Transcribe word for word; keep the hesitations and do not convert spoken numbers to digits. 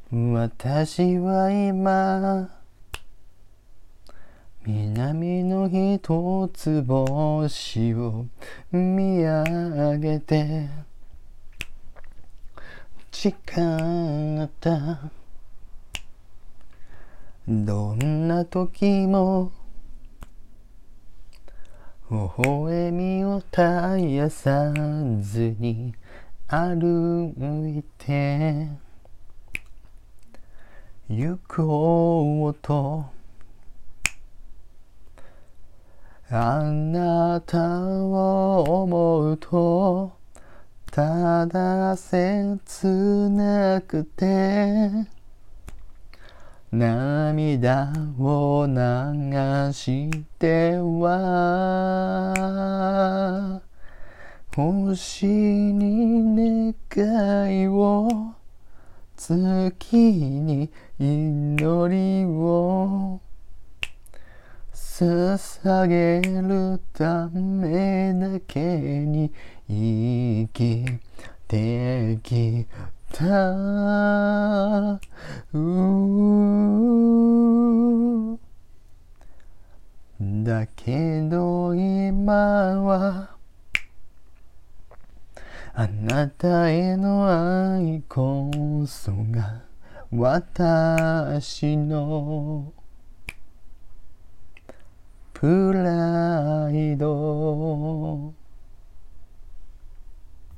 私は今南の一つ星を見上げて誓ったどんな時も微笑みを絶やさずに歩いて行こうとあなたを思うとただ切なくて涙を流しては星に願いを月に祈りを捧げるためだけに生きてきただけど今はあなたへの愛こそが私のプライド